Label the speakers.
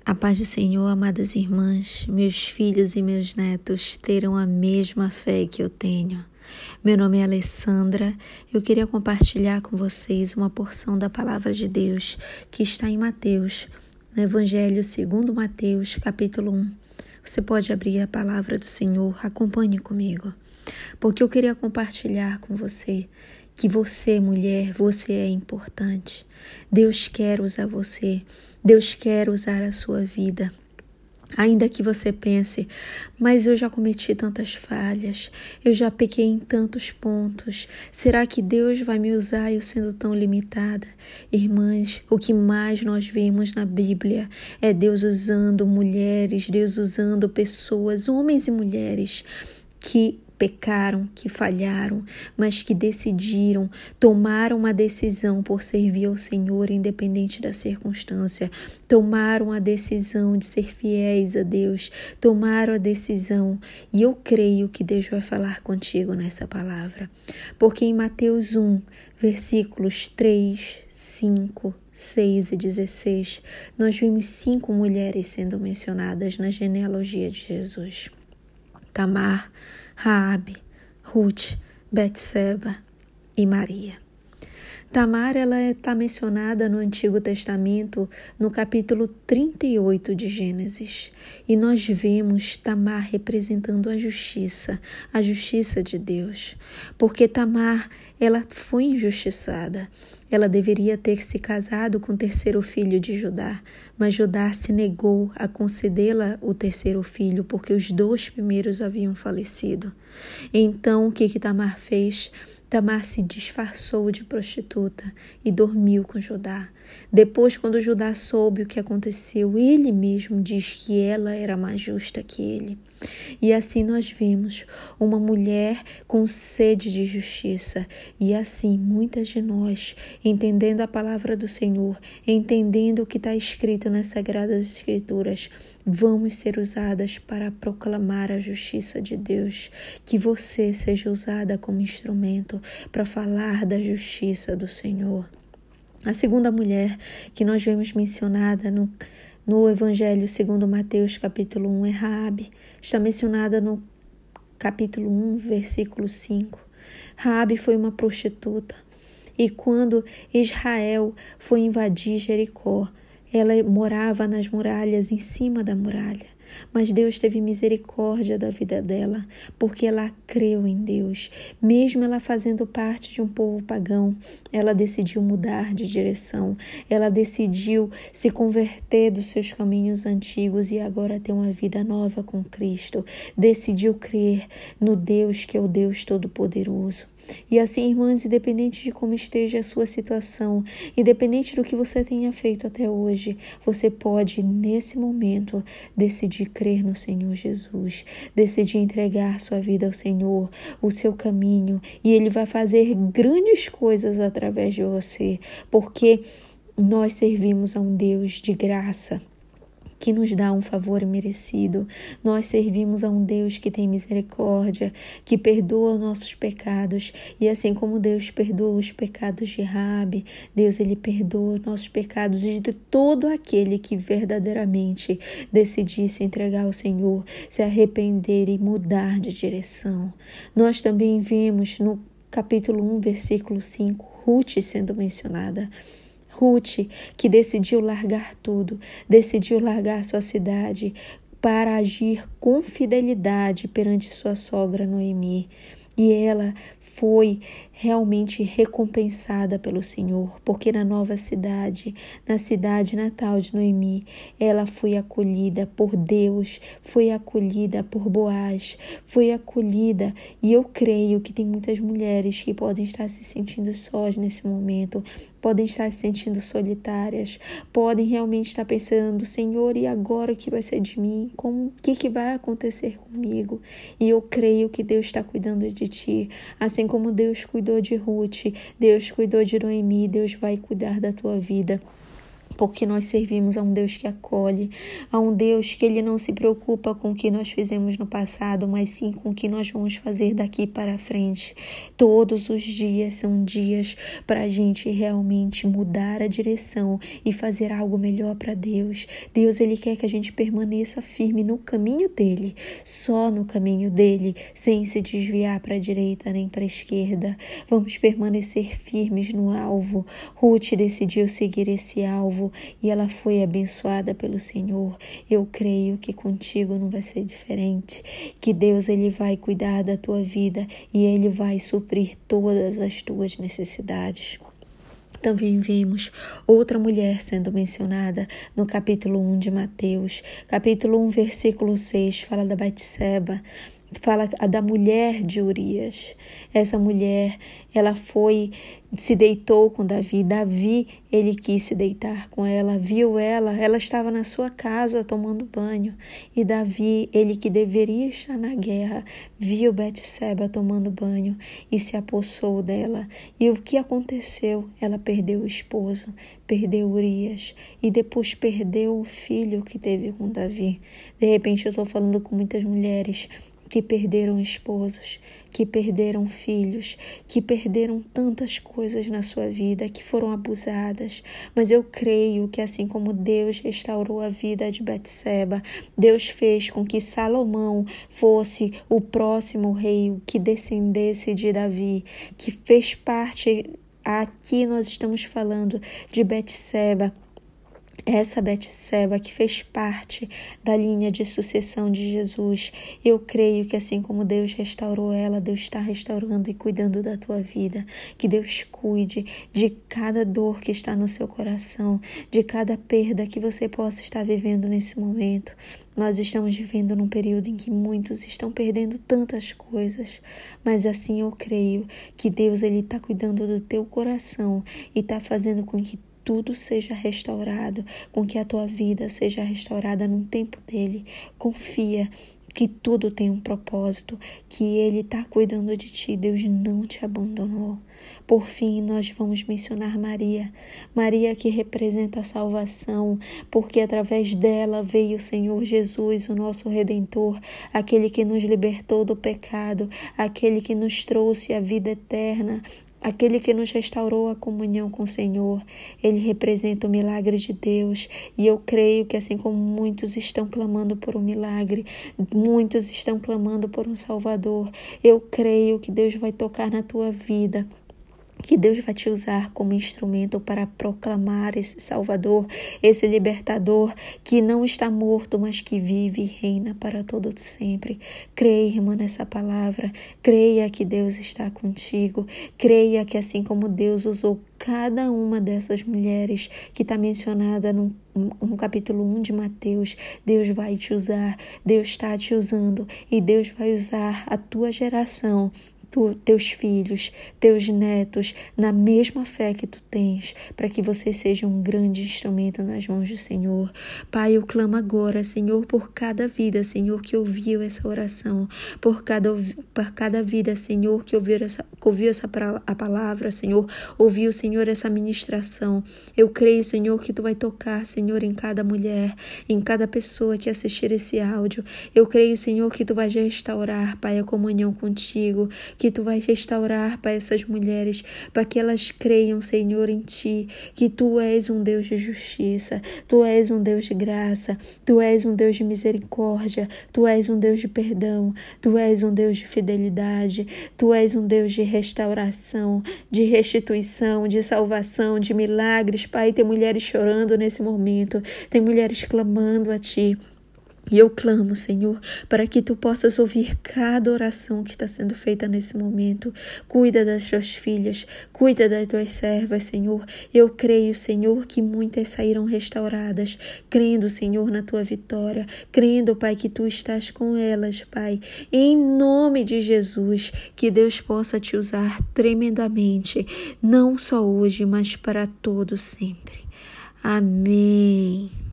Speaker 1: A paz do Senhor, amadas irmãs, meus filhos e meus netos terão a mesma fé que eu tenho. Meu nome é Alessandra. Eu queria compartilhar com vocês uma porção da palavra de Deus que está em Mateus, no Evangelho segundo Mateus, capítulo 1. Você pode abrir a palavra do Senhor, acompanhe comigo, porque eu queria compartilhar com você que você, mulher, você é importante. Deus quer usar você, Deus quer usar a sua vida. Ainda que você pense, mas eu já cometi tantas falhas, eu já pequei em tantos pontos, será que Deus vai me usar eu sendo tão limitada? Irmãs, o que mais nós vemos na Bíblia é Deus usando mulheres, Deus usando pessoas, homens e mulheres que pecaram, que falharam, mas que decidiram, tomaram uma decisão por servir ao Senhor independente da circunstância, tomaram a decisão de ser fiéis a Deus, tomaram a decisão, e eu creio que Deus vai falar contigo nessa palavra, porque em Mateus 1, versículos 3, 5, 6 e 16, nós vimos 5 mulheres sendo mencionadas na genealogia de Jesus: Tamar, Raabe, Ruth, Betseba e Maria. Tamar, ela está mencionada no Antigo Testamento, no capítulo 38 de Gênesis. E nós vemos Tamar representando a justiça de Deus. Porque Tamar, ela foi injustiçada. Ela deveria ter se casado com o terceiro filho de Judá, mas Judá se negou a concedê-la o terceiro filho, porque os 2 primeiros haviam falecido. Então, o que Tamar fez? Tamar se disfarçou de prostituta e dormiu com Judá. Depois, quando Judá soube o que aconteceu, ele mesmo diz que ela era mais justa que ele. E assim nós vimos uma mulher com sede de justiça. E assim muitas de nós, entendendo a palavra do Senhor, entendendo o que está escrito nas Sagradas Escrituras, vamos ser usadas para proclamar a justiça de Deus. Que você seja usada como instrumento para falar da justiça do Senhor. A segunda mulher que nós vemos mencionada no Evangelho segundo Mateus, capítulo 1, é Raabe. Está mencionada no capítulo 1, versículo 5. Raabe foi uma prostituta. E quando Israel foi invadir Jericó, ela morava nas muralhas, em cima da muralha. Mas Deus teve misericórdia da vida dela, porque ela creu em Deus. Mesmo ela fazendo parte de um povo pagão, ela decidiu mudar de direção. Ela decidiu se converter dos seus caminhos antigos e agora ter uma vida nova com Cristo. Decidiu crer no Deus que é o Deus Todo-Poderoso. E assim, irmãs, independente de como esteja a sua situação, independente do que você tenha feito até hoje, você pode, nesse momento, decidir crer no Senhor Jesus, decidir entregar sua vida ao Senhor, o seu caminho, e Ele vai fazer grandes coisas através de você, porque nós servimos a um Deus de graça, que nos dá um favor imerecido. Nós servimos a um Deus que tem misericórdia, que perdoa nossos pecados. E assim como Deus perdoa os pecados de Raabe, Deus ele perdoa nossos pecados e de todo aquele que verdadeiramente decidir se entregar ao Senhor, se arrepender e mudar de direção. Nós também vimos no capítulo 1, versículo 5, Ruth sendo mencionada. Ruth, que decidiu largar tudo, decidiu largar sua cidade para agir com fidelidade perante sua sogra Noemi. E ela foi realmente recompensada pelo Senhor, porque na nova cidade, na cidade natal de Noemi, ela foi acolhida por Deus, foi acolhida por Boaz, foi acolhida. E eu creio que tem muitas mulheres que podem estar se sentindo sós nesse momento, podem estar se sentindo solitárias, podem realmente estar pensando: Senhor, e agora o que vai ser de mim? O que vai acontecer comigo? E eu creio que Deus está cuidando de ti, assim como Deus cuidou de Ruth, Deus cuidou de Noemi, Deus vai cuidar da tua vida. porque nós servimos a um Deus que acolhe, a um Deus que Ele não se preocupa com o que nós fizemos no passado, mas sim com o que nós vamos fazer daqui para frente. Todos os dias são dias para a gente realmente mudar a direção e fazer algo melhor para Deus. Deus, Ele quer que a gente permaneça firme no caminho dEle, só no caminho dEle, sem se desviar para a direita nem para a esquerda. Vamos permanecer firmes no alvo. Ruth decidiu seguir esse alvo e ela foi abençoada pelo Senhor. Eu creio que contigo não vai ser diferente, que Deus, Ele vai cuidar da tua vida e Ele vai suprir todas as tuas necessidades. Também vimos outra mulher sendo mencionada no capítulo 1 de Mateus. Capítulo 1, versículo 6, fala da Betseba, fala da mulher de Urias. Essa mulher, ela se deitou com Davi. Davi, ele quis se deitar com ela, viu ela estava na sua casa tomando banho. E Davi, ele que deveria estar na guerra, viu Betseba tomando banho e se apossou dela. E o que aconteceu? Ela perdeu o esposo, perdeu Urias e depois perdeu o filho que teve com Davi. De repente eu estou falando com muitas mulheres que perderam esposos, que perderam filhos, que perderam tantas coisas na sua vida, que foram abusadas. Mas eu creio que assim como Deus restaurou a vida de Betseba, Deus fez com que Salomão fosse o próximo rei que descendesse de Davi, que fez parte, aqui nós estamos falando de Betseba, essa Betseba que fez parte da linha de sucessão de Jesus. Eu creio que assim como Deus restaurou ela, Deus está restaurando e cuidando da tua vida. Que Deus cuide de cada dor que está no seu coração, de cada perda que você possa estar vivendo nesse momento. Nós estamos vivendo num período em que muitos estão perdendo tantas coisas, mas assim eu creio que Deus, Ele está cuidando do teu coração e está fazendo com que tudo seja restaurado, com que a tua vida seja restaurada no tempo dele. Confia que tudo tem um propósito, que Ele está cuidando de ti. Deus não te abandonou. Por fim, nós vamos mencionar Maria. Maria que representa a salvação, porque através dela veio o Senhor Jesus, o nosso Redentor, aquele que nos libertou do pecado, aquele que nos trouxe a vida eterna, aquele que nos restaurou a comunhão com o Senhor. Ele representa o milagre de Deus. E eu creio que assim como muitos estão clamando por um milagre, muitos estão clamando por um Salvador, eu creio que Deus vai tocar na tua vida, que Deus vai te usar como instrumento para proclamar esse Salvador, esse libertador que não está morto, mas que vive e reina para todo sempre. Creia, irmã, nessa palavra. Creia que Deus está contigo. Creia que assim como Deus usou cada uma dessas mulheres que está mencionada no capítulo 1 de Mateus, Deus vai te usar. Deus está te usando e Deus vai usar a tua geração, teus filhos, teus netos, na mesma fé que tu tens, para que você seja um grande instrumento nas mãos do Senhor. Pai, eu clamo agora, Senhor, por cada vida, Senhor, que ouviu essa oração, por cada vida, Senhor, que ouviu a palavra, Senhor, ouviu, Senhor, essa ministração. Eu creio, Senhor, que tu vai tocar, Senhor, em cada mulher, em cada pessoa que assistir esse áudio. Eu creio, Senhor, que tu vais restaurar, Pai, a comunhão contigo, que tu vais restaurar para essas mulheres, para que elas creiam, Senhor, em ti, que tu és um Deus de justiça, tu és um Deus de graça, tu és um Deus de misericórdia, tu és um Deus de perdão, tu és um Deus de fidelidade, tu és um Deus de restauração, de restituição, de salvação, de milagres. Pai, tem mulheres chorando nesse momento, tem mulheres clamando a ti. E eu clamo, Senhor, para que tu possas ouvir cada oração que está sendo feita nesse momento. Cuida das tuas filhas, cuida das tuas servas, Senhor. Eu creio, Senhor, que muitas saíram restauradas, crendo, Senhor, na tua vitória, crendo, Pai, que tu estás com elas, Pai. Em nome de Jesus, que Deus possa te usar tremendamente, não só hoje, mas para todo sempre. Amém.